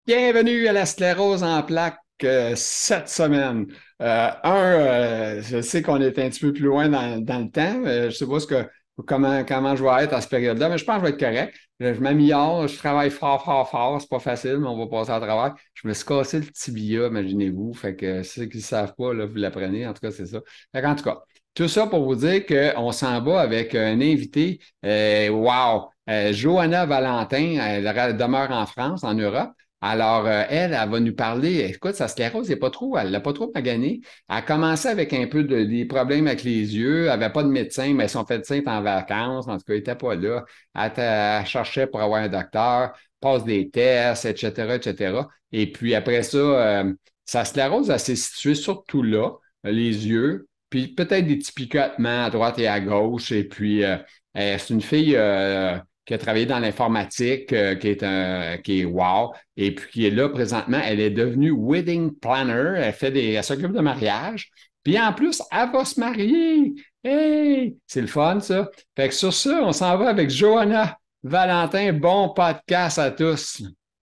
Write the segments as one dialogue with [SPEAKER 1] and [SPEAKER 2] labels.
[SPEAKER 1] Bienvenue à la sclérose en plaques cette semaine. Je sais qu'on est un petit peu plus loin dans le temps. Je ne sais pas comment je vais être à cette période-là, mais je pense que je vais être correct. Je m'améliore, je travaille fort, fort, fort. C'est pas facile, mais on va passer à travers. Je me suis cassé le tibia, imaginez-vous. Fait que ceux qui ne savent pas, là, vous l'apprenez. En tout cas, c'est ça. En tout cas, tout ça pour vous dire qu'on s'en va avec un invité. Wow! Johanna Valentin, elle demeure en France, en Europe. Alors, elle va nous parler. Écoute, sa sclérose, elle l'a pas trop magané. Elle a commencé avec un peu des problèmes avec les yeux. Elle n'avait pas de médecin, mais son médecin était en vacances. En tout cas, il n'était pas là. Elle cherchait pour avoir un docteur, passe des tests, etc., etc. Et puis après ça, sa sclérose, elle s'est située surtout là, les yeux, puis peut-être des petits picotements à droite et à gauche. Et puis, c'est une fille qui a travaillé dans l'informatique, qui est wow. Et puis qui est là présentement, elle est devenue wedding planner. Elle s'occupe de mariage. Puis en plus, elle va se marier. Hey! C'est le fun, ça. Fait que sur ça, on s'en va avec Johanna Valentin. Bon podcast à tous.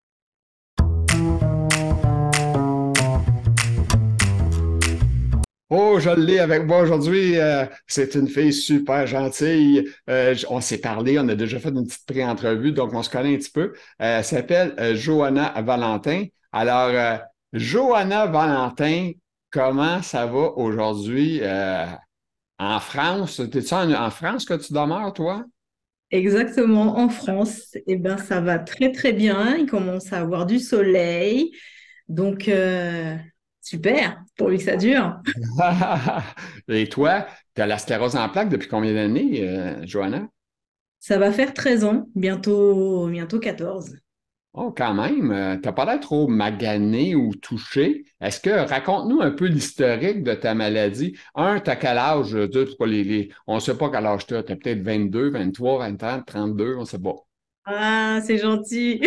[SPEAKER 1] Oh, je l'ai avec moi aujourd'hui. C'est une fille super gentille. On s'est parlé, on a déjà fait une petite pré-entrevue, donc on se connaît un petit peu. Elle s'appelle Johanna Valentin. Alors, Johanna Valentin, comment ça va aujourd'hui en France? T'es-tu en France que tu demeures, toi?
[SPEAKER 2] Exactement, en France, eh ben, ça va très très bien. Il commence à avoir du soleil. Donc, super, pourvu que ça dure.
[SPEAKER 1] Et toi, tu as la sclérose en plaques depuis combien d'années, Johanna?
[SPEAKER 2] Ça va faire 13 ans, bientôt 14.
[SPEAKER 1] Oh, quand même, t'as pas l'air trop magané ou touché. Raconte-nous un peu l'historique de ta maladie. T'as quel âge? Deux, pourquoi on ne sait pas quel âge t'as. T'as peut-être 22, 23, 24, 32, on ne sait pas.
[SPEAKER 2] Ah, c'est gentil.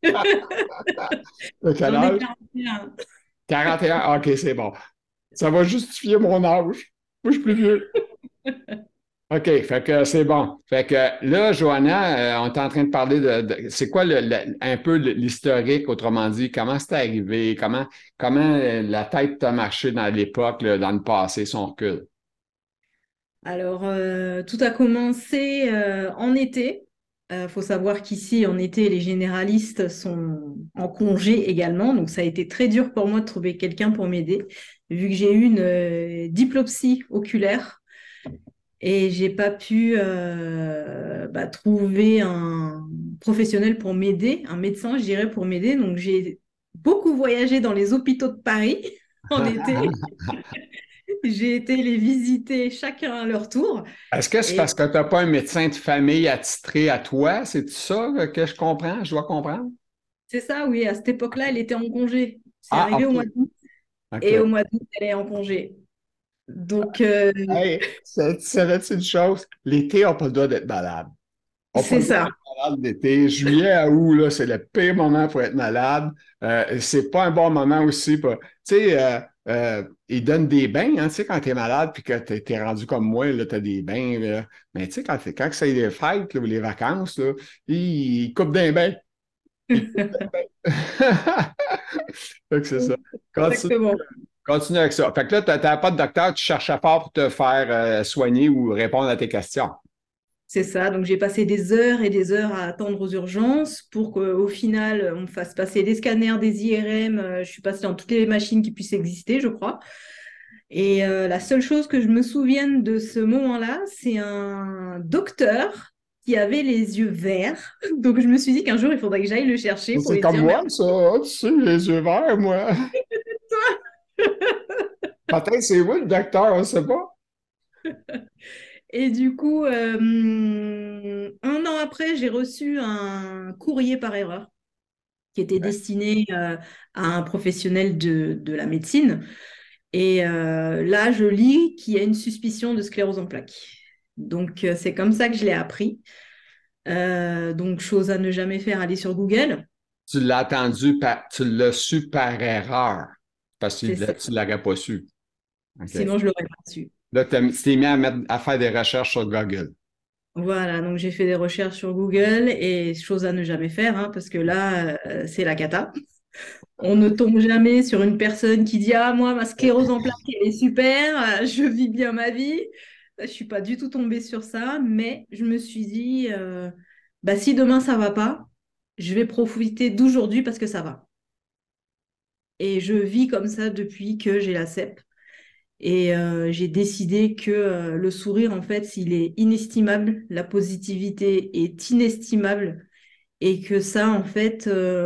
[SPEAKER 1] T'as quel
[SPEAKER 2] J'en ai
[SPEAKER 1] âge?
[SPEAKER 2] 41.
[SPEAKER 1] 41. Ah, OK, c'est bon. Ça va justifier mon âge. Moi, je suis plus vieux. OK, fait que c'est bon. Fait que là, Johanna, on est en train de parler c'est quoi un peu l'historique, autrement dit, comment c'est arrivé, comment la tête t'a marché dans l'époque, là, dans le passé, son recul.
[SPEAKER 2] Alors, tout a commencé en été. Il faut savoir qu'ici, en été, les généralistes sont en congé également. Donc, ça a été très dur pour moi de trouver quelqu'un pour m'aider, vu que j'ai eu une diplopsie oculaire et j'ai pas pu trouver un professionnel pour m'aider, un médecin, je dirais, pour m'aider. Donc, j'ai beaucoup voyagé dans les hôpitaux de Paris en été. J'ai été les visiter chacun à leur tour.
[SPEAKER 1] Est-ce que c'est
[SPEAKER 2] Et
[SPEAKER 1] parce que tu n'as pas un médecin de famille attitré à toi? C'est ça que je comprends? Je dois comprendre?
[SPEAKER 2] c'est ça, oui, à cette époque-là, elle était en congé. C'est
[SPEAKER 1] Ah,
[SPEAKER 2] arrivé au mois
[SPEAKER 1] OK.
[SPEAKER 2] d'août et au
[SPEAKER 1] OK.
[SPEAKER 2] mois d'août, elle est en congé. Donc,
[SPEAKER 1] Hey, tu savais-tu une chose? L'été, on n'a pas le droit d'être malade. On n'a pas
[SPEAKER 2] c'est
[SPEAKER 1] le droit
[SPEAKER 2] ça.
[SPEAKER 1] d'être malade l'été. Juillet à août, là, c'est le pire moment pour être malade. C'est pas un bon moment aussi pour. Tu sais, ils donnent des bains, hein, tu sais, quand tu es malade puis que tu es rendu comme moi, là, tu as des bains. Là. Mais tu sais, quand c'est les fêtes là, ou les vacances, là, ils coupent des bains. Ils coupent des bains. Fait que c'est ça. Continue,
[SPEAKER 2] Exactement.
[SPEAKER 1] continue avec ça. Fait que là, tu n'as pas de docteur, tu cherches à fort pour te faire soigner ou répondre à tes questions.
[SPEAKER 2] C'est ça. Donc, j'ai passé des heures et des heures à attendre aux urgences pour qu'au final, on me fasse passer des scanners, des IRM. Je suis passée dans toutes les machines qui puissent exister, je crois. Et la seule chose que je me souvienne de ce moment-là, c'est un docteur qui avait les yeux verts. Donc, je me suis dit qu'un jour, il faudrait que j'aille le chercher pour
[SPEAKER 1] C'est
[SPEAKER 2] lui
[SPEAKER 1] comme
[SPEAKER 2] dire
[SPEAKER 1] moi,
[SPEAKER 2] merci.
[SPEAKER 1] ça. Ah, tu sais, les yeux verts, moi. Peut-être c'est où le docteur, on ne sait pas.
[SPEAKER 2] Et du coup, un an après, j'ai reçu un courrier par erreur qui était destiné à un professionnel de la médecine. Et là, je lis qu'il y a une suspicion de sclérose en plaques. Donc, c'est comme ça que je l'ai appris. Donc, chose à ne jamais faire, aller sur Google.
[SPEAKER 1] Tu l'as su par erreur, parce que
[SPEAKER 2] C'est ça.
[SPEAKER 1] tu ne l'aurais pas su. OK.
[SPEAKER 2] Sinon, je l'aurais pas su.
[SPEAKER 1] Là, tu t'es mis à faire des recherches sur Google.
[SPEAKER 2] Voilà, donc j'ai fait des recherches sur Google et chose à ne jamais faire, hein, parce que là, c'est la cata. On ne tombe jamais sur une personne qui dit: Ah, moi, ma sclérose en plaques, elle est super, je vis bien ma vie. Je ne suis pas du tout tombée sur ça, mais je me suis dit, bah, si demain ça va pas, je vais profiter d'aujourd'hui parce que ça va. Et je vis comme ça depuis que j'ai la CEP. Et j'ai décidé que le sourire, en fait, il est inestimable, la positivité est inestimable et que ça, en fait,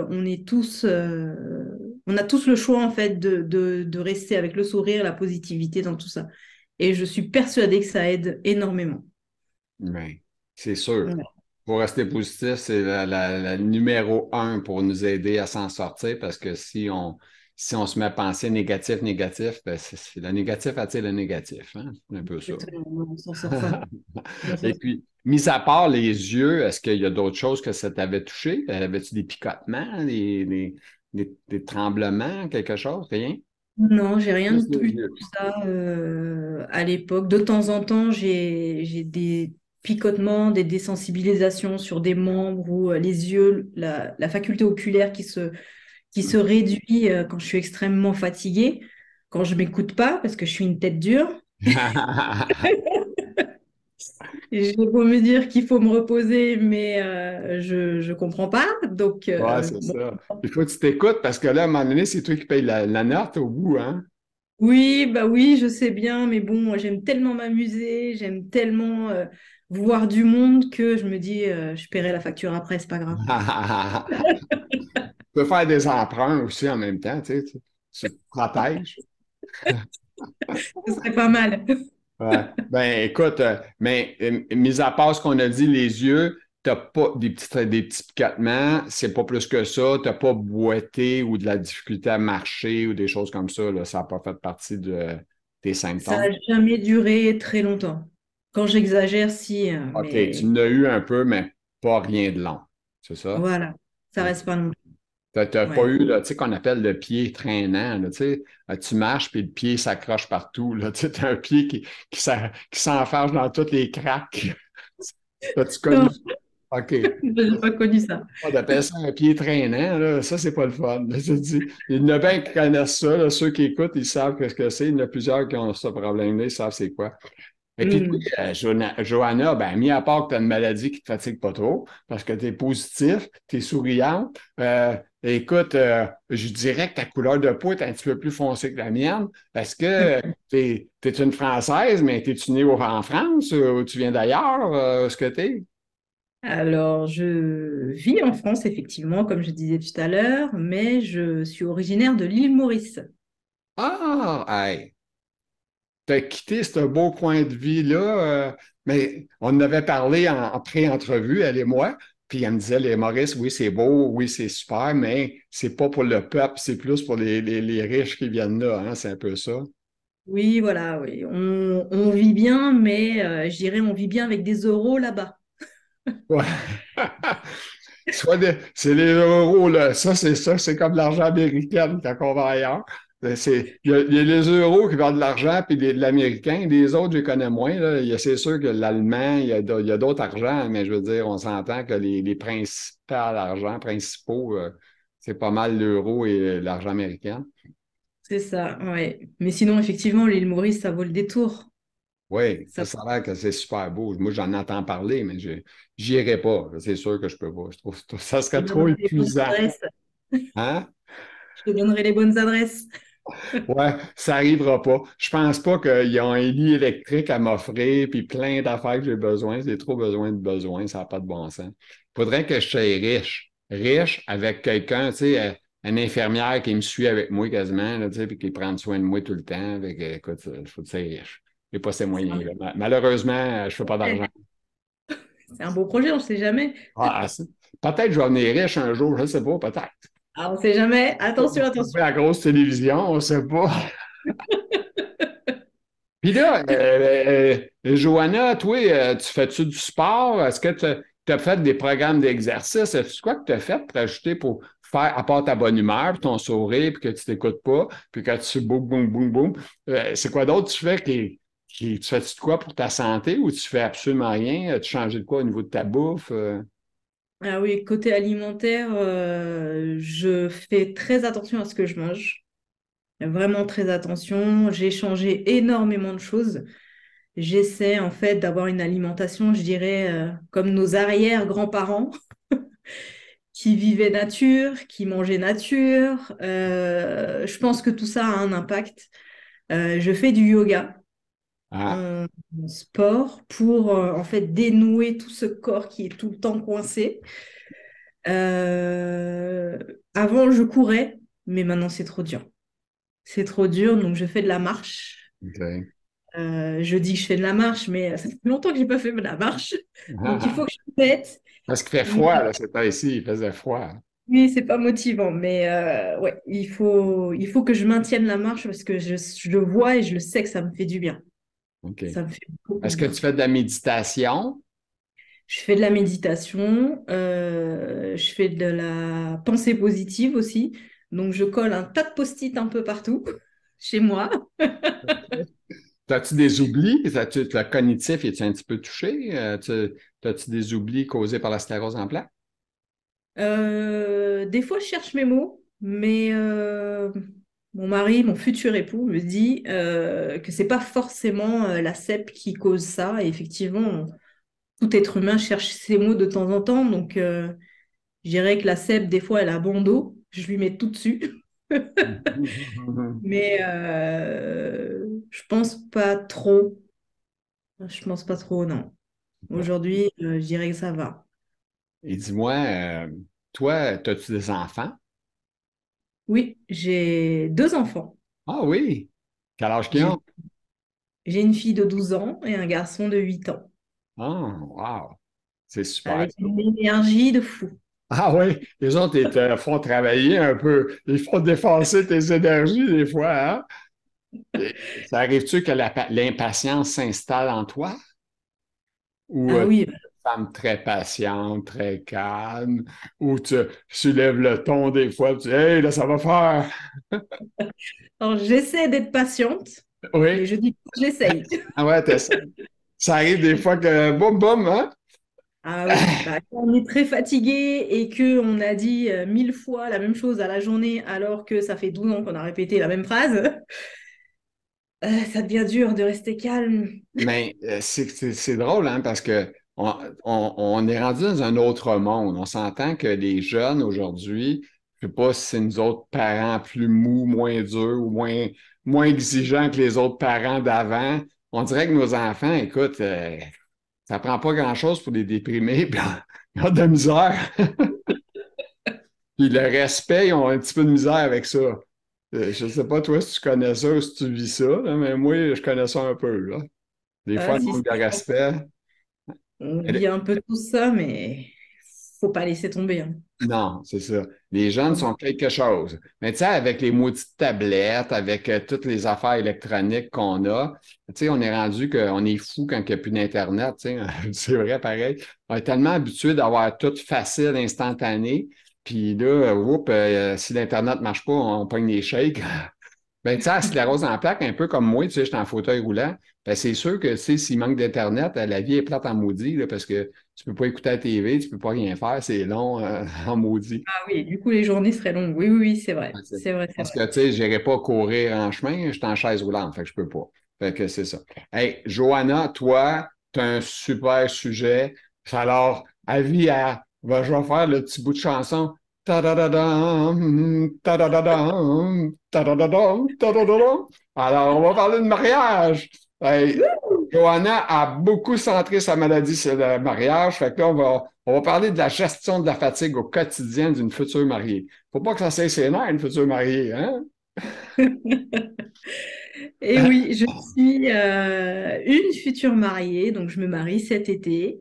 [SPEAKER 2] on a tous le choix, en fait, de rester avec le sourire, la positivité dans tout ça. Et je suis persuadée que ça aide énormément.
[SPEAKER 1] Mais c'est sûr.
[SPEAKER 2] Ouais.
[SPEAKER 1] Pour rester positif, c'est la numéro un pour nous aider à s'en sortir parce que si on se met à penser négatif, négatif, ben le négatif attire le négatif, hein? C'est un peu ça.
[SPEAKER 2] Exactement, on s'en sort pas. On s'en
[SPEAKER 1] Et
[SPEAKER 2] sort-
[SPEAKER 1] puis, mis à part les yeux, est-ce qu'il y a d'autres choses que ça t'avait touché? Avais-tu des picotements, des tremblements, quelque chose? Rien?
[SPEAKER 2] Non, j'ai rien
[SPEAKER 1] Juste
[SPEAKER 2] de
[SPEAKER 1] les
[SPEAKER 2] plus
[SPEAKER 1] yeux.
[SPEAKER 2] tout ça à l'époque. De temps en temps, j'ai des picotements, des désensibilisations sur des membres ou les yeux, la faculté oculaire qui se réduit quand je suis extrêmement fatiguée, quand je m'écoute pas, parce que je suis une tête dure. Et j'ai beau me dire qu'il faut me reposer, mais je comprends pas. Donc,
[SPEAKER 1] Ouais, c'est
[SPEAKER 2] bon.
[SPEAKER 1] ça. Il faut que tu t'écoutes parce que là, à un moment donné, c'est toi qui payes la note au bout, hein?
[SPEAKER 2] Oui, bah oui, je sais bien, mais bon, moi, j'aime tellement m'amuser, j'aime tellement voir du monde que je me dis, je paierai la facture après, c'est pas grave.
[SPEAKER 1] Tu peux faire des emprunts aussi en même temps, tu te protèges.
[SPEAKER 2] Ce serait pas mal.
[SPEAKER 1] Ouais. Ben, écoute, mais mis à part ce qu'on a dit, les yeux, t'as pas des petits picotements, c'est pas plus que ça. T'as pas boité ou de la difficulté à marcher ou des choses comme ça, là. Ça n'a pas fait partie de tes
[SPEAKER 2] Ça
[SPEAKER 1] symptômes.
[SPEAKER 2] n'a jamais duré très longtemps. Quand j'exagère, si,
[SPEAKER 1] OK, tu
[SPEAKER 2] mais
[SPEAKER 1] en as eu un peu, mais pas rien de long. C'est ça?
[SPEAKER 2] voilà, ça
[SPEAKER 1] OK.
[SPEAKER 2] reste pas non plus.
[SPEAKER 1] T'as pas
[SPEAKER 2] Ouais.
[SPEAKER 1] eu, là, tu sais, qu'on appelle le pied traînant, là, tu sais, tu marches puis le pied s'accroche partout, là, tu sais, t'as un pied qui s'enfarge dans toutes les craques. T'as-tu connu
[SPEAKER 2] Non,
[SPEAKER 1] ça? OK.
[SPEAKER 2] je n'ai pas connu ça.
[SPEAKER 1] On appelle ça un pied traînant, là. Ça, c'est pas le fun. Je te dis, il y en a bien qui connaissent ça, là. Ceux qui écoutent, ils savent ce que c'est. Il y en a plusieurs qui ont ce problème-là, ils savent c'est quoi. Et puis, toi,
[SPEAKER 2] Hmm.
[SPEAKER 1] Johanna, ben, mis à part que tu as une maladie qui ne te fatigue pas trop, parce que tu es positif, tu es souriante, écoute, je dirais que ta couleur de peau est un petit peu plus foncée que la mienne, parce que tu es, une Française, mais es-tu née en France ou tu viens d'ailleurs? Ce que tu es?
[SPEAKER 2] Alors, je vis en France, effectivement, comme je disais tout à l'heure, mais je suis originaire de l'île Maurice.
[SPEAKER 1] Ah, hey, tu as quitté ce beau coin de vie-là, mais on en avait parlé en pré-entrevue, elle et moi, puis elle me disait, les Maurice, oui, c'est beau, oui, c'est super, mais c'est pas pour le peuple, c'est plus pour les riches qui viennent là, hein, c'est un peu ça.
[SPEAKER 2] Oui, voilà, oui. On vit bien, mais je dirais on vit bien avec des euros là-bas.
[SPEAKER 1] Ouais. C'est les euros, là. Ça, c'est comme l'argent américain quand on va ailleurs. Il y a les euros qui vendent de l'argent, puis de l'américain. Les autres, je les connais moins, là. C'est sûr que l'allemand, il y a d'autres argents, mais je veux dire, on s'entend que les principaux argents principaux, c'est pas mal l'euro et l'argent américain.
[SPEAKER 2] C'est ça, ouais. Mais sinon, effectivement, l'île Maurice, ça vaut le détour.
[SPEAKER 1] Oui,
[SPEAKER 2] Ça,
[SPEAKER 1] ça a l'air que c'est super beau. Moi, j'en entends parler, mais je n'irai pas. C'est sûr que je peux pas. Ça
[SPEAKER 2] je
[SPEAKER 1] serait
[SPEAKER 2] te
[SPEAKER 1] trop
[SPEAKER 2] donnerai les bonnes
[SPEAKER 1] épuisant.
[SPEAKER 2] adresses.
[SPEAKER 1] Hein?
[SPEAKER 2] Je te donnerai les bonnes adresses.
[SPEAKER 1] Ouais, ça n'arrivera pas. Je pense pas qu'ils ont un lit électrique à m'offrir, puis plein d'affaires que j'ai besoin. J'ai trop besoin de besoin, ça n'a pas de bon sens. Faudrait que je sois riche. Riche avec quelqu'un, tu sais, une infirmière qui me suit avec moi quasiment, là, tu sais, puis qui prend soin de moi tout le temps. Fait que, écoute, il faut que tu riche. J'ai pas ces
[SPEAKER 2] C'est un,
[SPEAKER 1] moyens-là. Malheureusement, je fais pas d'argent.
[SPEAKER 2] c'est un beau projet, on ne sait jamais.
[SPEAKER 1] Ah, peut-être que je vais devenir riche un jour, je ne sais pas, peut-être.
[SPEAKER 2] Ah, on ne sait jamais. Attention,
[SPEAKER 1] On fait
[SPEAKER 2] attention.
[SPEAKER 1] la grosse télévision, on ne sait pas. Puis là, Johanna, toi, tu fais-tu du sport? Est-ce que tu as fait des programmes d'exercice? C'est quoi que tu as fait pour ajouter pour faire, à part ta bonne humeur, puis ton sourire, puis que tu t'écoutes pas, puis que tu boum, boum, boum, boum? C'est quoi d'autre tu fais tu fais-tu de quoi pour ta santé ou tu fais absolument rien? Tu changes de quoi au niveau de ta bouffe?
[SPEAKER 2] Ah oui, côté alimentaire, je fais très attention à ce que je mange. Vraiment très attention. J'ai changé énormément de choses. J'essaie en fait d'avoir une alimentation, je dirais, comme nos arrière-grands-parents, qui vivaient nature, qui mangeaient nature. Je pense que tout ça a un impact. Je fais du yoga
[SPEAKER 1] Ah,
[SPEAKER 2] en, en sport pour en fait dénouer tout ce corps qui est tout le temps coincé. Euh, Avant, je courais, mais maintenant, c'est trop dur. C'est trop dur, donc je fais de la marche.
[SPEAKER 1] OK.
[SPEAKER 2] Je dis que je fais de la marche, mais ça fait longtemps que j'ai pas fait de la marche. Donc, il faut
[SPEAKER 1] Ah,
[SPEAKER 2] que je me mette.
[SPEAKER 1] parce qu'il fait
[SPEAKER 2] Mais
[SPEAKER 1] froid, là, c'est pas ici, il faisait froid.
[SPEAKER 2] oui, c'est pas motivant. Mais ouais, il faut que je maintienne la marche parce que je le vois et je le sais que ça me fait du bien.
[SPEAKER 1] OK.
[SPEAKER 2] Ça me fait beaucoup de
[SPEAKER 1] Est-ce que
[SPEAKER 2] bien.
[SPEAKER 1] tu fais de la méditation?
[SPEAKER 2] Je fais de la méditation, je fais de la pensée positive aussi. Donc, je colle un tas de post-it un peu partout chez moi.
[SPEAKER 1] As-tu des oublis? Le cognitif, es-tu un petit peu touché? As-tu des oublis causés par la sclérose en plaques?
[SPEAKER 2] Des fois, je cherche mes mots, mais mon mari, mon futur époux, me dit que c'est pas forcément la CEP qui cause ça. Et effectivement, tout être humain cherche ses mots de temps en temps. Donc, je dirais que la CEP, des fois, elle a bon dos. Je lui mets tout dessus. Mais je pense pas trop. Je pense pas trop, non. Aujourd'hui, je dirais que ça va.
[SPEAKER 1] Et dis-moi, toi, as-tu des enfants?
[SPEAKER 2] Oui, j'ai deux enfants.
[SPEAKER 1] Ah oui. Quel âge qu'ils
[SPEAKER 2] J'ai
[SPEAKER 1] ont?
[SPEAKER 2] j'ai une fille de 12 ans et un garçon de 8 ans,
[SPEAKER 1] Ah, wow. C'est super.
[SPEAKER 2] avec une énergie de fou.
[SPEAKER 1] Ah oui, les autres, ils te font travailler un peu. Ils font défoncer tes énergies des fois, hein? Et ça arrive-tu que l'impatience s'installe en toi? Ou
[SPEAKER 2] Ah oui,
[SPEAKER 1] tu es une femme très patiente, très calme? Ou tu soulèves le ton des fois, tu dis, Hey, là, ça va faire.
[SPEAKER 2] alors j'essaie d'être patiente, mais
[SPEAKER 1] Oui.
[SPEAKER 2] je dis que j'essaye.
[SPEAKER 1] Ah ouais, ça arrive des fois que boum, boum, hein?
[SPEAKER 2] Ah oui, bah, quand on est très fatigué et que on a dit 1000 fois la même chose à la journée alors que ça fait 12 ans qu'on a répété la même phrase, ça devient dur de rester calme.
[SPEAKER 1] Mais c'est drôle, hein, parce que on est rendu dans un autre monde. On s'entend que les jeunes aujourd'hui, je sais pas si c'est nous autres parents plus mous, moins durs ou moins exigeants que les autres parents d'avant. On dirait que nos enfants, écoute, ça prend pas grand-chose pour les déprimer, puis ils ont de la misère. Puis le respect, ils ont un petit peu de misère avec ça. Je sais pas, toi, si tu connais ça ou si tu vis ça, là, mais moi, je connais ça un peu, là. Des
[SPEAKER 2] Ah,
[SPEAKER 1] fois, le
[SPEAKER 2] si, si,
[SPEAKER 1] manque de
[SPEAKER 2] je pense
[SPEAKER 1] respect.
[SPEAKER 2] qu'on vit
[SPEAKER 1] Elle-
[SPEAKER 2] un peu tout ça, mais faut pas laisser tomber, hein.
[SPEAKER 1] Non, c'est ça. Les jeunes
[SPEAKER 2] Bon.
[SPEAKER 1] sont quelque chose. Mais tu sais, avec les maudites tablettes, avec toutes les affaires électroniques qu'on a, tu sais, on est rendu qu'on est fou quand il n'y a plus d'Internet, tu sais. C'est vrai, pareil. On est tellement habitué d'avoir tout facile, instantané. Puis là, oups, si l'Internet ne marche pas, on pogne les shakes. Ben, tu sais, la sclérose en plaques, un peu comme moi, tu sais, j'étais en fauteuil roulant. Ben, c'est sûr que, tu sais, s'il manque d'Internet, la vie est plate en maudit, là, parce que tu peux pas écouter la TV, tu peux pas rien faire, c'est long, en maudit.
[SPEAKER 2] Ah oui, du coup, les journées seraient longues. Oui, oui, oui, c'est vrai.
[SPEAKER 1] Ouais,
[SPEAKER 2] C'est vrai, c'est
[SPEAKER 1] parce
[SPEAKER 2] vrai.
[SPEAKER 1] que, tu sais, j'irai pas courir en chemin, je suis en chaise roulante, fait que je peux pas. Fait que c'est ça. Hey, Johanna, toi, tu as un super sujet. Alors, avis à, ben, je vais faire le petit bout de chanson. Ta-da-da-dam, ta-da-da-dam, ta-da-da-dam, ta-da-da-dam. Alors, on va parler de mariage. Hey, Johanna a beaucoup centré sa maladie sur le mariage. Fait que là, on va parler de la gestion de la fatigue au quotidien d'une future mariée. Faut pas que ça cesse ses nerfs, une future mariée, hein?
[SPEAKER 2] Et oui, je suis une future mariée, donc je me marie cet été.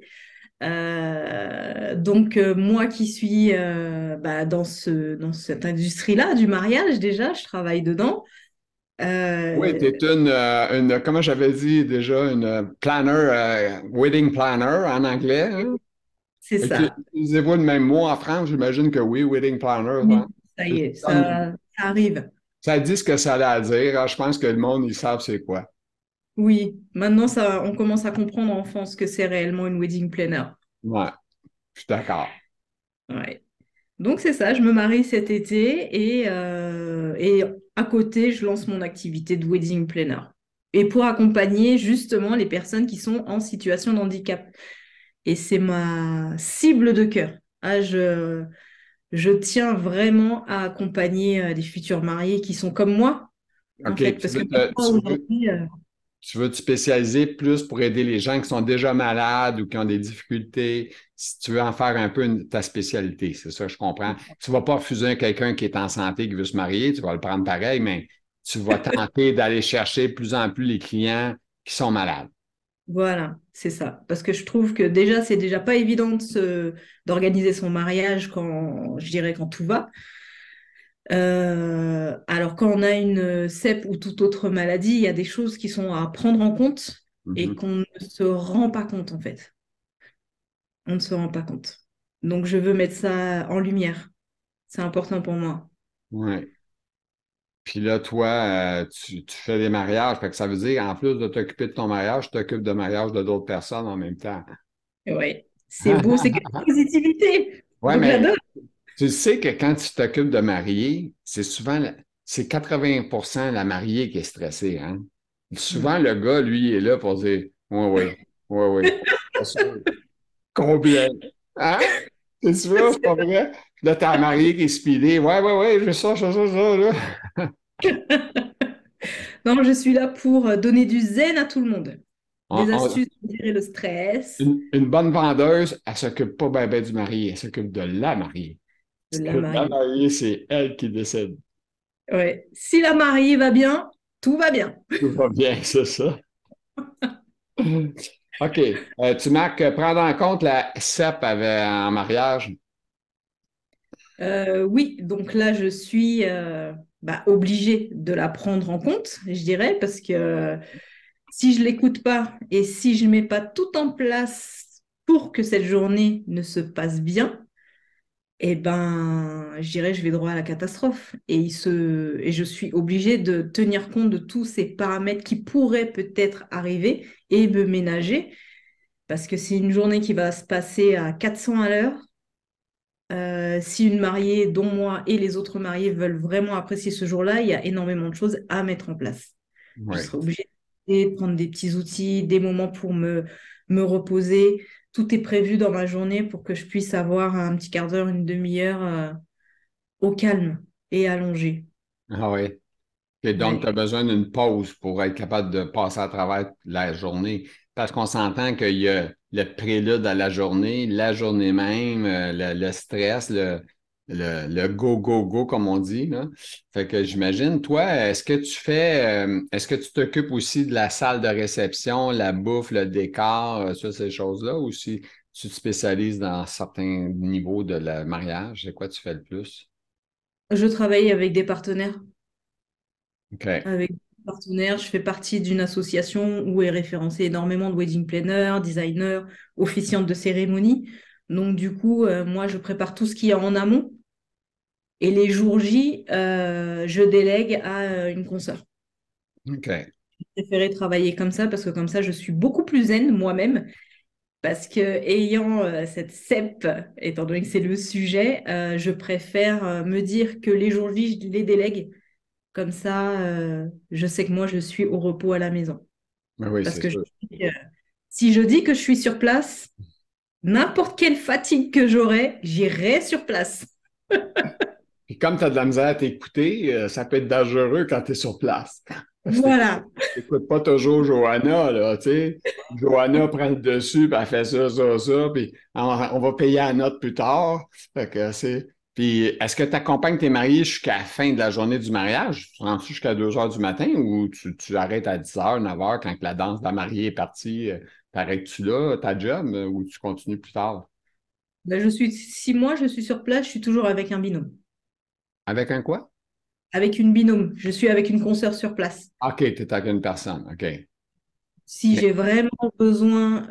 [SPEAKER 2] Donc moi qui suis bah, dans cette industrie-là du mariage déjà, je travaille dedans.
[SPEAKER 1] Oui,
[SPEAKER 2] Euh,
[SPEAKER 1] tu es comment j'avais dit déjà, une planner, wedding planner en anglais, hein?
[SPEAKER 2] c'est ça.
[SPEAKER 1] Utilisez-vous le même mot en France? J'imagine que oui, wedding planner, hein?
[SPEAKER 2] Oui, ça y est, ça arrive.
[SPEAKER 1] Ça dit ce que ça a à dire, hein. Je pense que le monde, ils savent c'est quoi.
[SPEAKER 2] Oui, maintenant on commence à comprendre en France que c'est réellement une wedding planner.
[SPEAKER 1] Ouais, je suis d'accord.
[SPEAKER 2] Ouais. Donc c'est ça, je me marie cet été et à côté, je lance mon activité de wedding planner. Et pour accompagner justement les personnes qui sont en situation de handicap. Et c'est ma cible de cœur. Ah, je tiens vraiment à accompagner des futurs mariés qui sont comme moi, en
[SPEAKER 1] OK,
[SPEAKER 2] fait. Parce que moi, aujourd'hui,
[SPEAKER 1] tu veux te spécialiser plus pour aider les gens qui sont déjà malades ou qui ont des difficultés, si tu veux en faire un peu ta spécialité, c'est ça, je comprends. Tu ne vas pas refuser quelqu'un qui est en santé, qui veut se marier, tu vas le prendre pareil, mais tu vas tenter d'aller chercher de plus en plus les clients qui sont malades.
[SPEAKER 2] voilà, c'est ça. Parce que je trouve que déjà, c'est déjà pas évident d'organiser son mariage quand, je dirais, quand tout va. Alors, quand on a une CEP ou toute autre maladie, il y a des choses qui sont à prendre en compte et
[SPEAKER 1] Mhm.
[SPEAKER 2] qu'on ne se rend pas compte, en fait. On ne se rend pas compte. Donc, je veux mettre ça en lumière. C'est important pour moi.
[SPEAKER 1] Ouais. Puis là, toi, tu fais des mariages, fait que ça veut dire, en plus de t'occuper de ton mariage, tu t'occupes de mariage de d'autres personnes en même temps.
[SPEAKER 2] Ouais, c'est beau, c'est que la positivité.
[SPEAKER 1] Ouais,
[SPEAKER 2] Donc,
[SPEAKER 1] mais
[SPEAKER 2] j'adore.
[SPEAKER 1] tu sais que quand tu t'occupes de marier, c'est souvent, c'est 80% la mariée qui est stressée, hein? Souvent, le gars, lui, est là pour dire, oui, oui, oui, oui, pas sûr, complet. Hein? C'est sûr, c'est pas vrai? Là, t'as la mariée qui est speedée. Ouais, ouais, ouais, je veux ça, là.
[SPEAKER 2] Non, je suis là pour donner du zen à tout le monde.
[SPEAKER 1] On-
[SPEAKER 2] Des
[SPEAKER 1] on-
[SPEAKER 2] astuces pour gérer le stress
[SPEAKER 1] une bonne vendeuse, elle s'occupe pas bien du marié, elle s'occupe de la mariée.
[SPEAKER 2] de
[SPEAKER 1] Parce
[SPEAKER 2] la
[SPEAKER 1] que la
[SPEAKER 2] mariée.
[SPEAKER 1] mariée, c'est elle qui décide.
[SPEAKER 2] Ouais. Si la mariée va bien, tout va bien.
[SPEAKER 1] Tout va bien, c'est ça. OK. Tu marques prendre en compte la CEP en mariage.
[SPEAKER 2] Oui, donc là, je suis obligée de la prendre en compte, je dirais, parce que si je l'écoute pas et si je mets pas tout en place pour que cette journée ne se passe bien, eh ben, je dirais, je vais droit à la catastrophe. Et je suis obligée de tenir compte de tous ces paramètres qui pourraient peut-être arriver et me ménager, parce que c'est une journée qui va se passer à 400 à l'heure. Si une mariée, dont moi et les autres mariés, veulent vraiment apprécier ce jour-là, il y a énormément de choses à mettre en place. Je
[SPEAKER 1] Oui.
[SPEAKER 2] serai obligée de prendre des petits outils, des moments pour me reposer. Tout est prévu dans ma journée pour que je puisse avoir un petit quart d'heure, une demi-heure au calme et allongé.
[SPEAKER 1] Ah oui. Et donc, tu
[SPEAKER 2] Ouais.
[SPEAKER 1] as besoin d'une pause pour être capable de passer à travers la journée. Parce qu'on s'entend qu'il y a le prélude à la journée même, le stress, le go, go, go, comme on dit, là. Fait que j'imagine, toi, est-ce que tu t'occupes aussi de la salle de réception, la bouffe, le décor, ces choses-là, ou si tu te spécialises dans certains niveaux de la mariage, c'est quoi tu fais le plus?
[SPEAKER 2] Je travaille avec des partenaires.
[SPEAKER 1] OK.
[SPEAKER 2] Avec des partenaires, je fais partie d'une association où est référencé énormément de wedding planners, designers, officiantes de cérémonie. Donc, du coup, moi, je prépare tout ce qu'il y a en amont. Et les jours J, je délègue à une consoeur.
[SPEAKER 1] OK.
[SPEAKER 2] J'ai préféré travailler comme ça parce que comme ça, je suis beaucoup plus zen moi-même. Parce que ayant cette CEP, étant donné que c'est le sujet, je préfère me dire que les jours J, je les délègue. Comme ça, je sais que moi, je suis au repos à la maison.
[SPEAKER 1] Ben oui,
[SPEAKER 2] Parce
[SPEAKER 1] c'est
[SPEAKER 2] que
[SPEAKER 1] sûr.
[SPEAKER 2] si je dis que je suis sur place, n'importe quelle fatigue que j'aurai, j'irai sur place.
[SPEAKER 1] Puis comme tu as de la misère à t'écouter, ça peut être dangereux quand tu es sur place. Parce que tu
[SPEAKER 2] Voilà.
[SPEAKER 1] n'écoutes pas toujours Johanna, là, tu sais. Johanna prend le dessus, puis elle fait ça, ça, ça, puis on va payer la note plus tard. Fait que c'est... Puis est-ce que tu accompagnes tes mariés jusqu'à la fin de la journée du mariage? Tu rentres jusqu'à 2 heures du matin ou tu arrêtes à 10 heures, 9 heures quand la danse de la mariée est partie? T'arrêtes-tu là, ta job, ou tu continues plus tard?
[SPEAKER 2] Ben, si moi je suis sur place, je suis toujours avec un binôme.
[SPEAKER 1] Avec un quoi?
[SPEAKER 2] Avec une binôme. Je suis avec une consoeur sur place.
[SPEAKER 1] OK, tu es avec une personne. OK.
[SPEAKER 2] Si
[SPEAKER 1] Mais,
[SPEAKER 2] j'ai vraiment besoin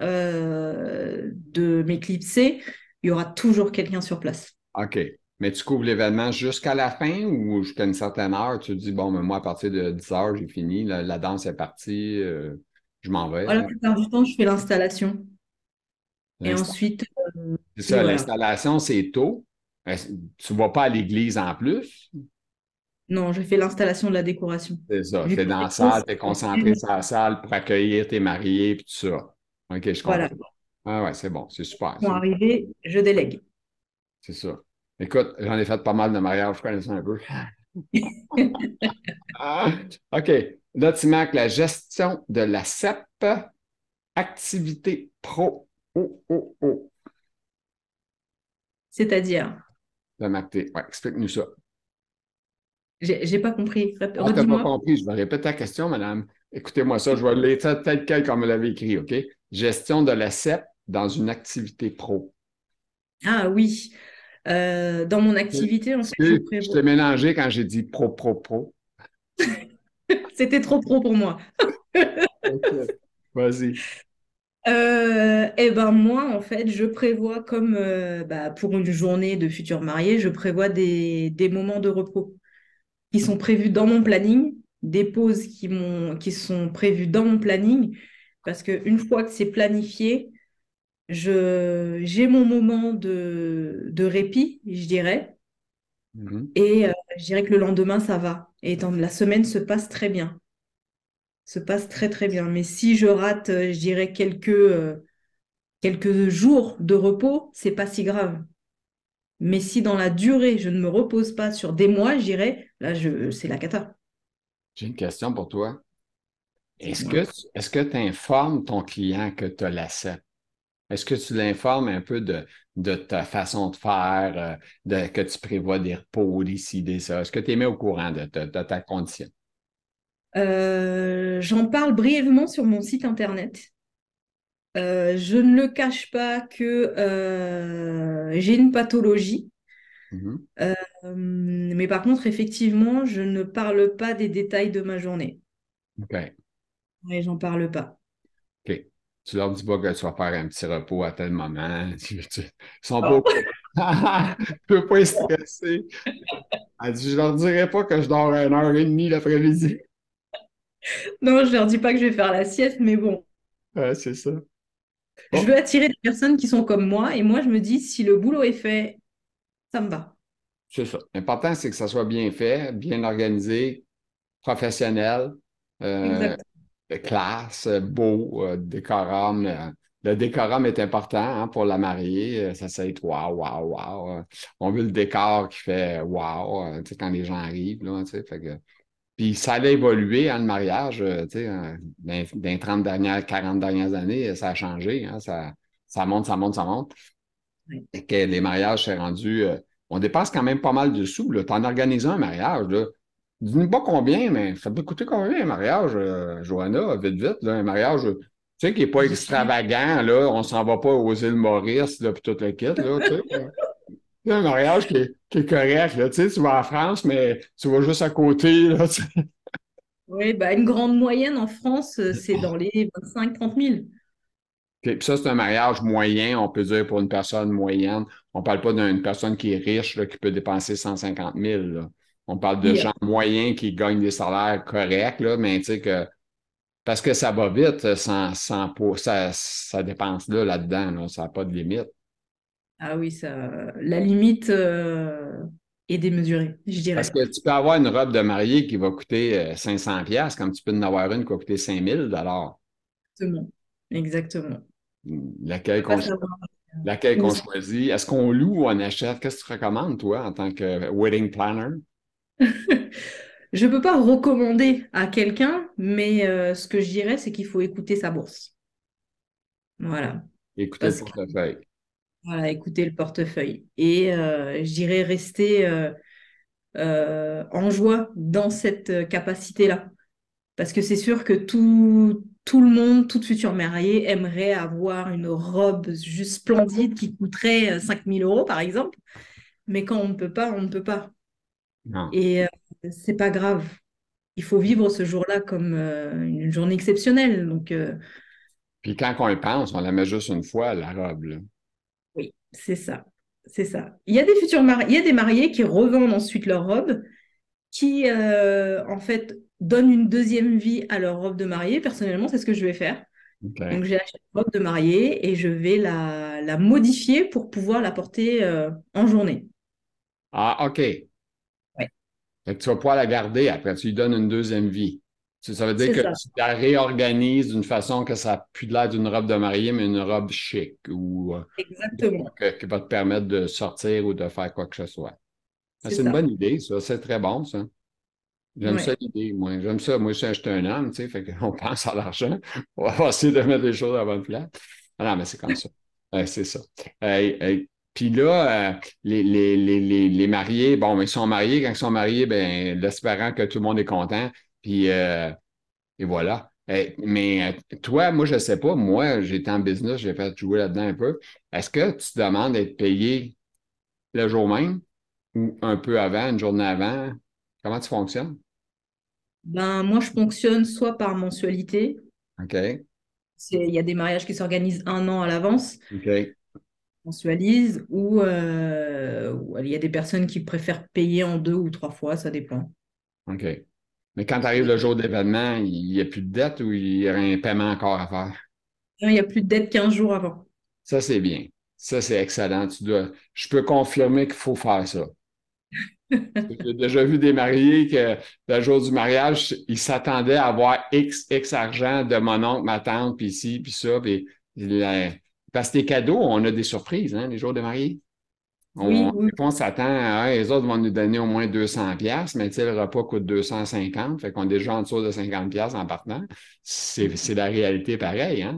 [SPEAKER 2] de m'éclipser, il y aura toujours quelqu'un sur place.
[SPEAKER 1] OK. Mais tu couvres l'événement jusqu'à la fin ou jusqu'à une certaine heure? Tu te dis, bon, mais moi, à partir de 10 heures, j'ai fini. La danse est partie. Je m'en
[SPEAKER 2] La
[SPEAKER 1] vais.
[SPEAKER 2] plupart du temps, je fais l'installation. Et
[SPEAKER 1] L'instant.
[SPEAKER 2] ensuite,
[SPEAKER 1] C'est
[SPEAKER 2] Et
[SPEAKER 1] ça,
[SPEAKER 2] voilà.
[SPEAKER 1] l'installation, c'est tôt. Tu ne vas pas à l'église en plus.
[SPEAKER 2] Non, je fais l'installation de la décoration.
[SPEAKER 1] C'est ça.
[SPEAKER 2] Vu
[SPEAKER 1] Tu
[SPEAKER 2] que
[SPEAKER 1] es dans la
[SPEAKER 2] c'est
[SPEAKER 1] salle,
[SPEAKER 2] grosse,
[SPEAKER 1] tu es concentré sur la salle pour accueillir tes mariés et tout ça. OK, je
[SPEAKER 2] voilà.
[SPEAKER 1] comprends. Ah ouais, c'est bon, c'est super.
[SPEAKER 2] Ils sont arrivés, je délègue.
[SPEAKER 1] C'est ça. Écoute, j'en ai fait pas mal de mariages, je connais ça un peu. Ah, OK. Là, tu marques la gestion de la CEP, activité pro. Oh, oh, oh.
[SPEAKER 2] C'est-à-dire,
[SPEAKER 1] De marquer. Ouais, explique-nous ça.
[SPEAKER 2] j'ai pas compris.
[SPEAKER 1] Ah, t'as pas
[SPEAKER 2] Redis-moi.
[SPEAKER 1] compris. Je vais répéter la question, madame. Écoutez-moi ça, je vais le lire tel quel comme vous l'avez écrit, OK? Gestion de la CEP dans une activité pro.
[SPEAKER 2] Ah oui. Dans mon activité, en fait, je
[SPEAKER 1] Je t'ai
[SPEAKER 2] prévois.
[SPEAKER 1] mélangé quand j'ai dit pro, pro, pro.
[SPEAKER 2] C'était trop pro pour moi.
[SPEAKER 1] OK. Vas-y.
[SPEAKER 2] Eh ben moi, en fait, je prévois comme bah, pour une journée de futurs mariés, je prévois des moments de repos qui sont prévus dans mon planning, des pauses qui sont prévues dans mon planning, parce qu'une fois que c'est planifié, j'ai mon moment de répit, je dirais,
[SPEAKER 1] Mhm.
[SPEAKER 2] et je dirais que le lendemain, ça va. Et la semaine se passe très bien, se passe très très bien. Mais si je rate, je dirais quelques jours de repos, c'est pas si grave. Mais si dans la durée, je ne me repose pas sur des mois, je dirais, là, c'est la cata.
[SPEAKER 1] J'ai une question pour toi.
[SPEAKER 2] Dites-moi.
[SPEAKER 1] Est-ce que tu informes ton client que tu as la CEP? Est-ce que tu l'informes un peu de ta façon de faire, que tu prévois des repos, des ça? Est-ce que tu es mis au courant de ta condition?
[SPEAKER 2] J'en parle brièvement sur mon site internet. Je ne le cache pas que j'ai une pathologie.
[SPEAKER 1] Mhm.
[SPEAKER 2] Mais par contre, effectivement, je ne parle pas des détails de ma journée.
[SPEAKER 1] OK.
[SPEAKER 2] Ouais, j'en parle pas.
[SPEAKER 1] OK. Tu leur dis pas que tu vas faire un petit repos à tel moment. Ils sont pas au
[SPEAKER 2] Oh.
[SPEAKER 1] courant. Je peux pas être stressé. Elle dit, je leur dirai pas que je dors 1 heure et demie l'après-midi.
[SPEAKER 2] Non, je leur dis pas que je vais faire la sieste, mais bon,
[SPEAKER 1] Ouais, c'est ça.
[SPEAKER 2] je
[SPEAKER 1] Bon,
[SPEAKER 2] veux attirer des personnes qui sont comme moi, et moi, je me dis, si le boulot est fait, ça me va.
[SPEAKER 1] c'est ça. L'important, c'est que ça soit bien fait, bien organisé, professionnel, euh,
[SPEAKER 2] Exact.
[SPEAKER 1] classe, beau, décorum. Le décorum est important hein, pour la mariée. Ça, c'est wow, wow, wow. On veut le décor qui fait wow, tu sais, quand les gens arrivent. Là, tu sais, puis ça a évolué, hein, le mariage, tu sais, dans les 30 dernières, 40 dernières années, ça a changé. Hein, ça monte, ça monte, ça monte.
[SPEAKER 2] Ouais.
[SPEAKER 1] Et que les mariages, c'est rendu. On dépasse quand même pas mal de sous. Là. T'en organises un mariage, là. Dis-nous pas combien, mais ça peut coûter combien un mariage, Johanna, vite, vite, là, un mariage, tu sais, qui n'est pas
[SPEAKER 2] Je suis...
[SPEAKER 1] extravagant, là. On s'en va pas aux îles Maurice, là, puis tout le kit, là, tu sais. C'est un mariage qui est correct, là. Tu sais, tu vas en France, mais tu vas juste à côté, là, tu sais.
[SPEAKER 2] Oui, bah, une grande moyenne en France, c'est dans les 25 30 000.
[SPEAKER 1] Puis ça, c'est un mariage moyen, on peut dire, pour une personne moyenne. On ne parle pas d'une personne qui est riche, là, qui peut dépenser 150 000. Là. On parle de
[SPEAKER 2] Pire.
[SPEAKER 1] gens moyens qui gagnent des salaires corrects, là, mais tu sais que parce que ça va vite, ça dépense là-dedans, là, ça n'a pas de limite.
[SPEAKER 2] Ah oui, la limite est démesurée, je
[SPEAKER 1] Parce
[SPEAKER 2] dirais.
[SPEAKER 1] que tu peux avoir une robe de mariée qui va coûter 500 pièces, comme tu peux en avoir une qui va coûter 5 000 $.
[SPEAKER 2] Exactement. Exactement.
[SPEAKER 1] Laquelle
[SPEAKER 2] Pas
[SPEAKER 1] qu'on
[SPEAKER 2] savoir
[SPEAKER 1] laquelle
[SPEAKER 2] où
[SPEAKER 1] qu'on
[SPEAKER 2] se-
[SPEAKER 1] choisit. Est-ce qu'on loue ou on achète? Qu'est-ce que tu recommandes, toi, en tant que wedding planner?
[SPEAKER 2] Je ne peux pas recommander à quelqu'un, mais ce que je dirais, c'est qu'il faut écouter sa bourse. Voilà.
[SPEAKER 1] Écoutez le
[SPEAKER 2] Parce que,
[SPEAKER 1] portefeuille.
[SPEAKER 2] voilà, écouter le portefeuille. Et je dirais rester en joie dans cette capacité-là. Parce que c'est sûr que tout le monde, toute future mariée aimerait avoir une robe juste splendide qui coûterait 5 000 € par exemple. Mais quand on ne peut pas, on ne peut pas.
[SPEAKER 1] Non.
[SPEAKER 2] Et c'est pas grave. Il faut vivre ce jour-là comme une journée exceptionnelle. Donc
[SPEAKER 1] Puis quand on y pense, on la met juste une fois, la robe, là.
[SPEAKER 2] oui, c'est ça. C'est ça. Il y a des il y a des mariés qui revendent ensuite leur robe, qui en fait donnent une deuxième vie à leur robe de mariée. Personnellement, c'est ce que je vais faire.
[SPEAKER 1] OK.
[SPEAKER 2] Donc, j'ai acheté une robe de mariée et je vais la modifier pour pouvoir la porter en journée.
[SPEAKER 1] Ah, OK.
[SPEAKER 2] Ouais,
[SPEAKER 1] Fait que tu vas pouvoir la garder après, tu lui donnes une deuxième vie. Ça veut dire
[SPEAKER 2] c'est
[SPEAKER 1] que
[SPEAKER 2] ça,
[SPEAKER 1] tu la réorganises d'une façon que ça n'a plus l'air d'une robe de mariée, mais une robe chic ou de quoi
[SPEAKER 2] exactement.
[SPEAKER 1] qui va te permettre de sortir ou de faire quoi que ce soit. Ah,
[SPEAKER 2] C'est
[SPEAKER 1] c'est une
[SPEAKER 2] ça.
[SPEAKER 1] bonne idée, ça. C'est très bon, ça. J'aime ça
[SPEAKER 2] Ouais.
[SPEAKER 1] l'idée, moi. J'aime ça. Moi, je suis un homme, tu sais, fait qu'on pense à l'argent. On va essayer de mettre les choses à la bonne place. Ah non, mais c'est comme ça. C'est ça. Puis là, les mariés, bon, mais ils sont mariés. Quand ils sont mariés, ben, l'espérant que tout le monde est content. Puis, et voilà. Mais toi, moi, je ne sais pas. Moi, j'étais en business, j'ai fait jouer là-dedans un peu. Est-ce que tu te demandes d'être payé le jour même ou un peu avant, une journée avant? Comment tu fonctionnes?
[SPEAKER 2] Ben, moi, je fonctionne soit par mensualité.
[SPEAKER 1] OK.
[SPEAKER 2] Il y a des mariages qui s'organisent un an à l'avance,
[SPEAKER 1] OK.
[SPEAKER 2] mensualise, ou il y a des personnes qui préfèrent payer en deux ou trois fois, ça dépend.
[SPEAKER 1] OK. Mais quand arrive le jour de l'événement, il n'y a plus de dette ou il y aurait un paiement encore à faire?
[SPEAKER 2] Non, il y a plus de dette 15 jours avant.
[SPEAKER 1] Ça, c'est bien. Ça, c'est excellent. Je peux confirmer qu'il faut faire ça. J'ai déjà vu des mariés que le jour du mariage, ils s'attendaient à avoir X argent de mon oncle, ma tante, puis ci, puis ça. Parce que les cadeaux, on a des surprises, hein, les jours de mariés.
[SPEAKER 2] Oui, oui,
[SPEAKER 1] Des fois, on s'attend à, les autres vont nous donner au moins 200 pièces, mais tu sais, le repas coûte 250, fait qu'on est déjà en dessous de 50 pièces en partant. C'est la réalité pareil, hein.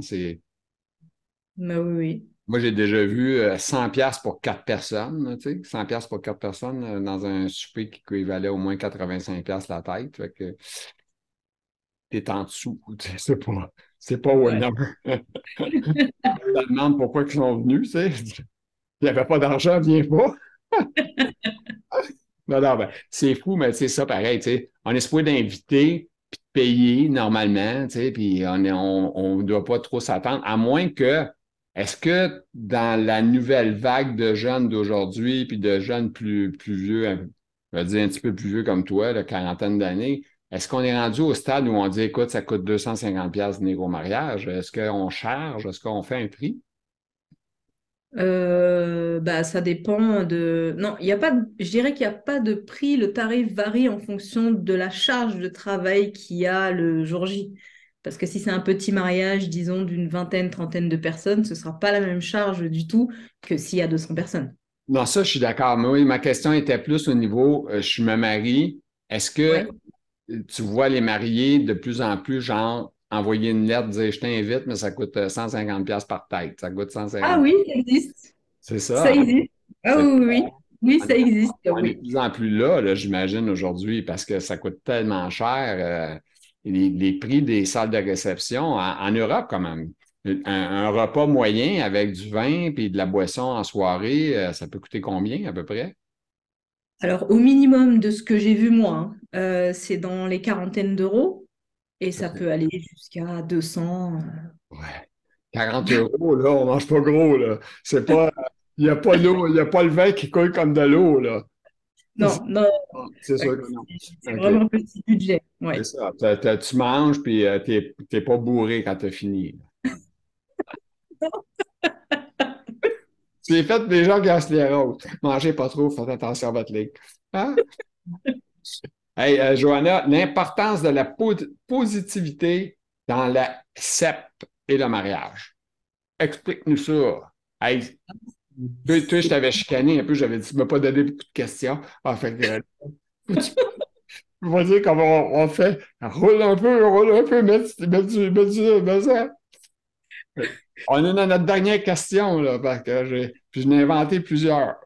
[SPEAKER 2] bah oui, oui.
[SPEAKER 1] Moi, j'ai déjà vu 100 pièces pour quatre personnes, tu sais, 100 pièces pour quatre personnes dans un souper qui équivalait au moins 85 pièces la tête, fait que t'es en dessous, tu sais, c'est pas
[SPEAKER 2] Ouais.
[SPEAKER 1] winner. Ça demande pourquoi ils sont venus, tu sais. Il n'y avait pas d'argent, viens pas. Non, non, ben, c'est fou, mais c'est ça pareil, tu sais. On est supposé d'inviter puis de payer normalement, tu sais, puis on doit pas trop s'attendre, à moins que, est-ce que dans la nouvelle vague de jeunes d'aujourd'hui, puis de jeunes plus vieux, je vais dire un petit peu plus vieux comme toi, la quarantaine d'années, est-ce qu'on est rendu au stade où on dit, écoute, ça coûte 250 pièces de au mariage? Est-ce qu'on charge? Est-ce qu'on fait un prix?
[SPEAKER 2] Bah, ça dépend de... Non, il y a pas je dirais qu'il n'y a pas de prix. Le tarif varie en fonction de la charge de travail qu'il y a le jour J. Parce que si c'est un petit mariage, disons, d'une vingtaine, trentaine de personnes, ce ne sera pas la même charge du tout que s'il y a 200 personnes.
[SPEAKER 1] Non, ça, je suis d'accord. Mais oui, ma question était plus au niveau, je me marie. Est-ce que
[SPEAKER 2] Ouais.
[SPEAKER 1] tu vois les mariés de plus en plus, genre, envoyer une lettre, dire je t'invite, mais ça coûte 150 pièces par tête. Ça coûte
[SPEAKER 2] Ah
[SPEAKER 1] 150.
[SPEAKER 2] oui, ça existe.
[SPEAKER 1] C'est
[SPEAKER 2] Ça
[SPEAKER 1] ça, hein?
[SPEAKER 2] existe. Ah
[SPEAKER 1] C'est-
[SPEAKER 2] oui, oui, oui. Oui,
[SPEAKER 1] On
[SPEAKER 2] ça
[SPEAKER 1] est,
[SPEAKER 2] existe,
[SPEAKER 1] on est de
[SPEAKER 2] oui.
[SPEAKER 1] plus en plus là, j'imagine, aujourd'hui, parce que ça coûte tellement cher. Les prix des salles de réception, en Europe, quand même. Un repas moyen avec du vin puis de la boisson en soirée, ça peut coûter combien à peu près?
[SPEAKER 2] Alors, au minimum de ce que j'ai vu moi, hein, c'est dans les quarantaines d'euros et ça peut aller jusqu'à 200.
[SPEAKER 1] Ouais. 40 euros, là, on mange pas gros, là. C'est pas, il n'y a pas l'eau, il n'y a pas le vin qui coule comme de l'eau, là.
[SPEAKER 2] Non, non,
[SPEAKER 1] C'est
[SPEAKER 2] ouais,
[SPEAKER 1] sûr que non.
[SPEAKER 2] c'est
[SPEAKER 1] OK.
[SPEAKER 2] vraiment petit budget.
[SPEAKER 1] C'est
[SPEAKER 2] Ouais.
[SPEAKER 1] ça. Tu manges, puis t'es pas bourré quand t'as fini. C'est fait des gens qui ont sclérose. Mangez pas trop, faites attention à votre ligue. Hein? Hey, Johanna, l'importance de la positivité dans la CEP et le mariage. Explique-nous ça. Hey, toi, je
[SPEAKER 2] C'est
[SPEAKER 1] t'avais chicané un peu, j'avais dit, tu m'as pas donné beaucoup de questions. Ah, fait que, tu vas dire comment on fait. Roule un peu, mets ça. On est dans notre dernière question, là, parce que puis je n'ai inventé plusieurs.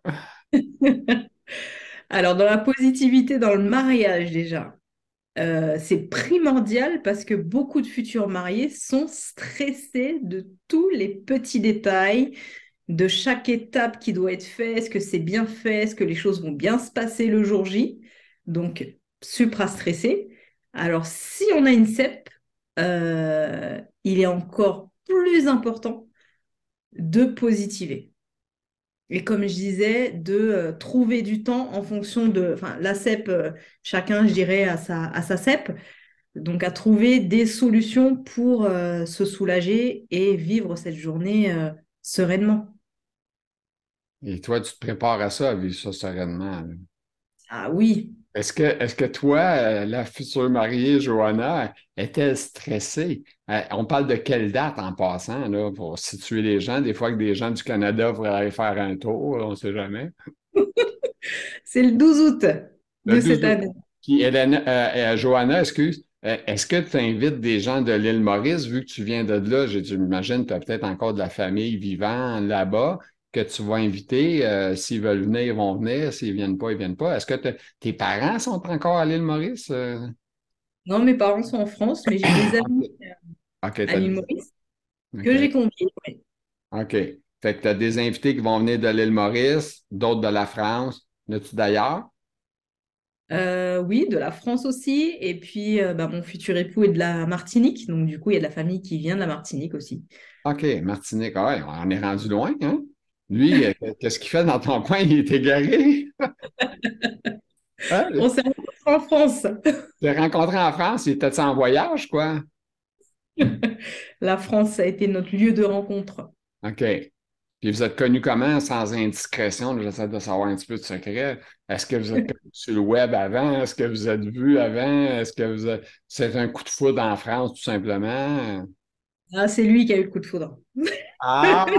[SPEAKER 2] Alors, dans la positivité dans le mariage déjà, c'est primordial parce que beaucoup de futurs mariés sont stressés de tous les petits détails, de chaque étape qui doit être faite. Est-ce que c'est bien fait? Est-ce que les choses vont bien se passer le jour J? Donc, supra-stressé. Alors, si on a une CEP, il est encore plus important de positiver. Et comme je disais, de trouver du temps en fonction de... Enfin, la CEP, chacun, je dirais, à sa CEP. Donc, à trouver des solutions pour se soulager et vivre cette journée sereinement.
[SPEAKER 1] Et toi, tu te prépares à ça, à vivre ça sereinement, là.
[SPEAKER 2] Ah oui.
[SPEAKER 1] Est-ce que toi, la future mariée, Johanna, est-elle stressée? On parle de quelle date en passant, là, pour situer les gens? Des fois que des gens du Canada voudraient aller faire un tour, on ne sait jamais.
[SPEAKER 2] C'est le 12 août
[SPEAKER 1] Le
[SPEAKER 2] de
[SPEAKER 1] 12
[SPEAKER 2] cette
[SPEAKER 1] août.
[SPEAKER 2] année.
[SPEAKER 1] Puis, Hélène, Johanna, excuse, est-ce que tu invites des gens de l'île Maurice, vu que tu viens de là? J'imagine que tu as peut-être encore de la famille vivant là-bas, que tu vas inviter. S'ils veulent venir, ils vont venir. S'ils ne viennent pas, ils ne viennent pas. Est-ce que tes parents sont encore à l'île Maurice?
[SPEAKER 2] Non, mes parents sont en France, mais j'ai des amis
[SPEAKER 1] OK. OK,
[SPEAKER 2] à l'île Maurice que j'ai
[SPEAKER 1] OK.
[SPEAKER 2] conviés. Oui.
[SPEAKER 1] OK. Fait que tu as des invités qui vont venir de l'île Maurice, d'autres de la France. As-tu d'ailleurs?
[SPEAKER 2] Oui, de la France aussi. Et puis, bah, mon futur époux est de la Martinique. Donc, du coup, il y a de la famille qui vient de la Martinique aussi.
[SPEAKER 1] OK, Martinique. Ah ouais, on est rendu loin, hein? Lui, qu'est-ce qu'il fait dans ton coin? Il est égaré? Hein?
[SPEAKER 2] On s'est rencontrés en France.
[SPEAKER 1] Tu l'as rencontré en France, il était en voyage, quoi?
[SPEAKER 2] La France a été notre lieu de rencontre.
[SPEAKER 1] OK. Puis vous êtes connus comment, sans indiscrétion? Là, j'essaie de savoir un petit peu de secret. Est-ce que vous êtes connus sur le web avant? Est-ce que vous êtes vus avant? Est-ce que c'est un coup de foudre en France, tout simplement?
[SPEAKER 2] Ah, c'est lui qui a eu le coup de foudre.
[SPEAKER 1] Ah!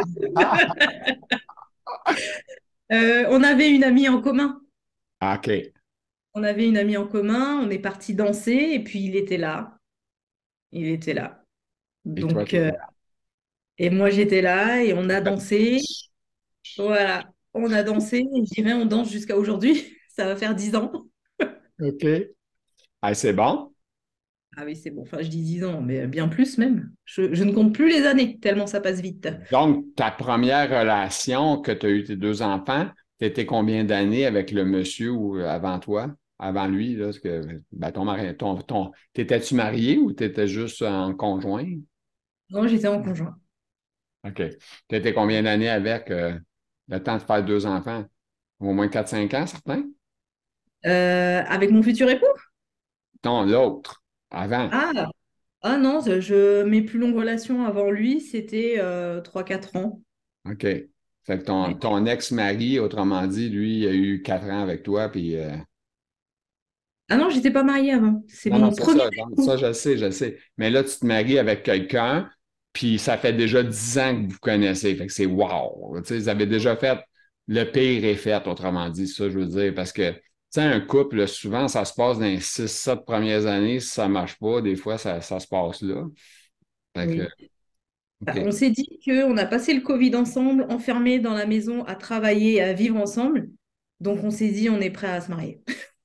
[SPEAKER 2] On avait une amie en commun.
[SPEAKER 1] OK.
[SPEAKER 2] On avait une amie en commun. On est parti danser et puis il était là. Il était là.
[SPEAKER 1] Et toi,
[SPEAKER 2] Donc,
[SPEAKER 1] tu étais là.
[SPEAKER 2] et moi j'étais là et on a dansé. Voilà, on a dansé. Et je dirais on danse jusqu'à aujourd'hui. Ça va faire 10 ans.
[SPEAKER 1] OK. Ah, c'est bon.
[SPEAKER 2] Ah oui, c'est bon. Enfin, je dis 10 ans, mais bien plus même. Je ne compte plus les années, tellement ça passe vite.
[SPEAKER 1] Donc, ta première relation que tu as eu tes deux enfants, tu étais combien d'années avec le monsieur ou avant toi, avant lui, là, parce que ben, t'étais-tu marié ou t'étais juste en conjoint?
[SPEAKER 2] Non, j'étais en conjoint.
[SPEAKER 1] OK. Tu étais combien d'années avec le temps de faire deux enfants? Au moins 4 5 ans, certains?
[SPEAKER 2] Avec mon futur époux?
[SPEAKER 1] Non, l'autre, avant.
[SPEAKER 2] Ah, ah non, mes plus longues relations avant lui, c'était 3-4 ans.
[SPEAKER 1] OK. Fait que ton,
[SPEAKER 2] Ouais.
[SPEAKER 1] ton ex-mari, autrement dit, lui, il a eu 4 ans avec toi, puis
[SPEAKER 2] Ah non, j'étais pas mariée avant. C'est
[SPEAKER 1] non, non,
[SPEAKER 2] mon
[SPEAKER 1] c'est
[SPEAKER 2] premier
[SPEAKER 1] ça. Donc,
[SPEAKER 2] époux.
[SPEAKER 1] ça, je le sais, je le sais. Mais là, tu te maries avec quelqu'un, puis ça fait déjà 10 ans que vous vous connaissez. Fait que c'est wow. Tu sais, vous avez déjà fait le pire est fait, autrement dit, ça, je veux dire. Parce que, tu sais, un couple, là, souvent, ça se passe dans les 6 7 premières années. Si ça ne marche pas, des fois, ça se passe là. Fait que,
[SPEAKER 2] Oui.
[SPEAKER 1] OK.
[SPEAKER 2] Bah, on s'est dit qu'on a passé le Covid ensemble, enfermés dans la maison, à travailler, et à vivre ensemble. Donc on s'est dit, on est prêt à se marier.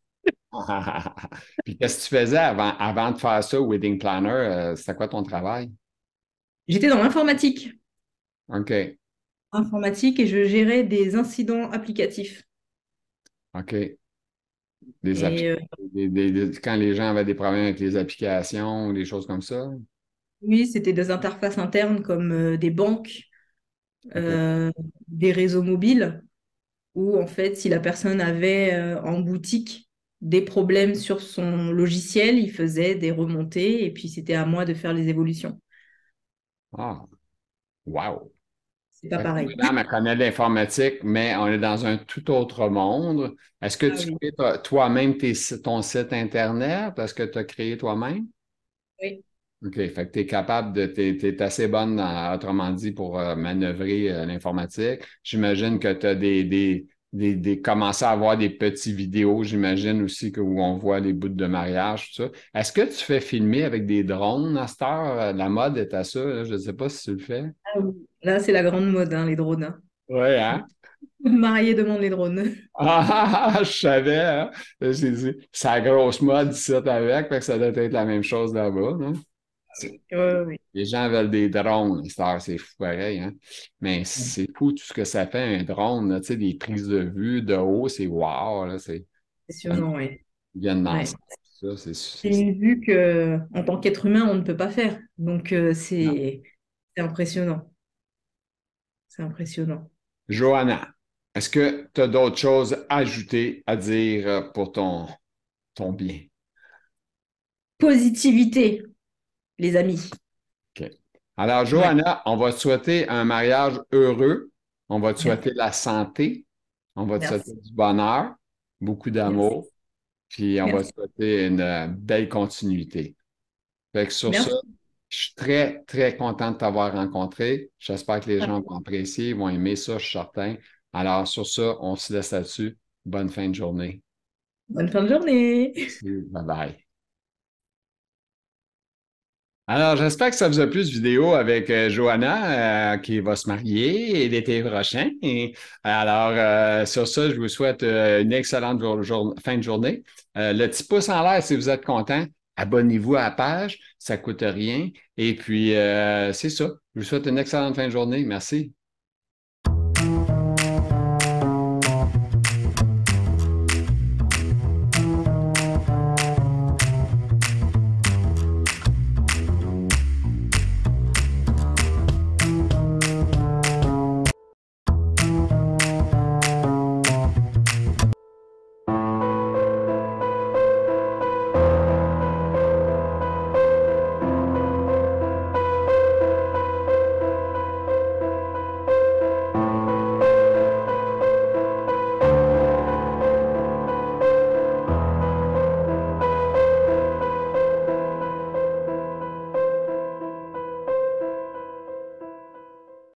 [SPEAKER 1] Puis, qu'est-ce que tu faisais avant de faire ça, Wedding Planner? C'était quoi ton travail?
[SPEAKER 2] J'étais dans l'informatique.
[SPEAKER 1] OK.
[SPEAKER 2] Informatique et je gérais des incidents applicatifs.
[SPEAKER 1] OK. Des
[SPEAKER 2] Et
[SPEAKER 1] appli- quand les gens avaient des problèmes avec les applications ou des choses comme ça.
[SPEAKER 2] oui, c'était des interfaces internes comme des banques,
[SPEAKER 1] OK.
[SPEAKER 2] euh, des réseaux mobiles, où en fait, si la personne avait en boutique des problèmes sur son logiciel, il faisait des remontées et puis c'était à moi de faire les évolutions.
[SPEAKER 1] Ah, wow.
[SPEAKER 2] C'est pas
[SPEAKER 1] Fait que
[SPEAKER 2] pareil.
[SPEAKER 1] madame, elle connaît l'informatique, mais on est dans un tout autre monde. Est-ce que
[SPEAKER 2] Ah
[SPEAKER 1] tu
[SPEAKER 2] oui.
[SPEAKER 1] crées toi-même ton site Internet? Est-ce que tu as créé toi-même?
[SPEAKER 2] Oui.
[SPEAKER 1] OK. Fait que tu es capable t'es assez bonne, autrement dit, pour manœuvrer l'informatique. J'imagine que tu as commencé à avoir des petites vidéos, j'imagine aussi, où on voit les bouts de mariage, tout ça. Est-ce que tu fais filmer avec des drones à cette heure? La mode est à ça, là. Je ne sais pas si tu le fais.
[SPEAKER 2] Ah oui. Là, c'est la grande mode, hein, les drones. Hein.
[SPEAKER 1] Oui, hein?
[SPEAKER 2] Beaucoup de mariés demandent les drones.
[SPEAKER 1] Je savais, hein? J'ai dit, c'est la grosse mode ici avec, fait que ça doit être la même chose là-bas, hein?
[SPEAKER 2] Oui, oui, oui.
[SPEAKER 1] Les gens veulent des drones, c'est fou pareil, hein? Mais c'est fou tout ce que ça fait un drone, là, tu sais, des prises de vue de haut, c'est wow, là, ça
[SPEAKER 2] Impressionnant, oui.
[SPEAKER 1] ils viennent d'en
[SPEAKER 2] Ouais.
[SPEAKER 1] sortir, ça,
[SPEAKER 2] C'est une vue que, en tant qu'être humain, on ne peut pas faire. Donc,
[SPEAKER 1] non.
[SPEAKER 2] c'est impressionnant. C'est impressionnant.
[SPEAKER 1] Johanna, est-ce que tu as d'autres choses à ajouter, à dire pour ton bien?
[SPEAKER 2] positivité, les amis.
[SPEAKER 1] OK. Alors,
[SPEAKER 2] Ouais.
[SPEAKER 1] Johanna, on va te souhaiter un mariage heureux. On va te
[SPEAKER 2] Merci.
[SPEAKER 1] souhaiter la santé. On va te souhaiter
[SPEAKER 2] Merci.
[SPEAKER 1] du bonheur, beaucoup
[SPEAKER 2] Merci.
[SPEAKER 1] d'amour. Puis, on va te
[SPEAKER 2] Merci.
[SPEAKER 1] souhaiter une belle continuité. Fait que sur ça,
[SPEAKER 2] Merci.
[SPEAKER 1] je suis très, très content de t'avoir rencontré. J'espère que les
[SPEAKER 2] Ah,
[SPEAKER 1] gens vont apprécier, vont aimer ça, je suis certain. Alors, sur ça, on se laisse là-dessus. Bonne fin de journée.
[SPEAKER 2] bonne fin de journée.
[SPEAKER 1] Merci. Bye bye. Alors, j'espère que ça vous a plu, cette vidéo avec Johanna qui va se marier l'été prochain. Alors, sur ça, je vous souhaite une excellente fin de journée. Le petit pouce en l'air si vous êtes content. Abonnez-vous à la page, ça ne coûte rien. Et puis, c'est ça. Je vous souhaite une excellente fin de journée. Merci.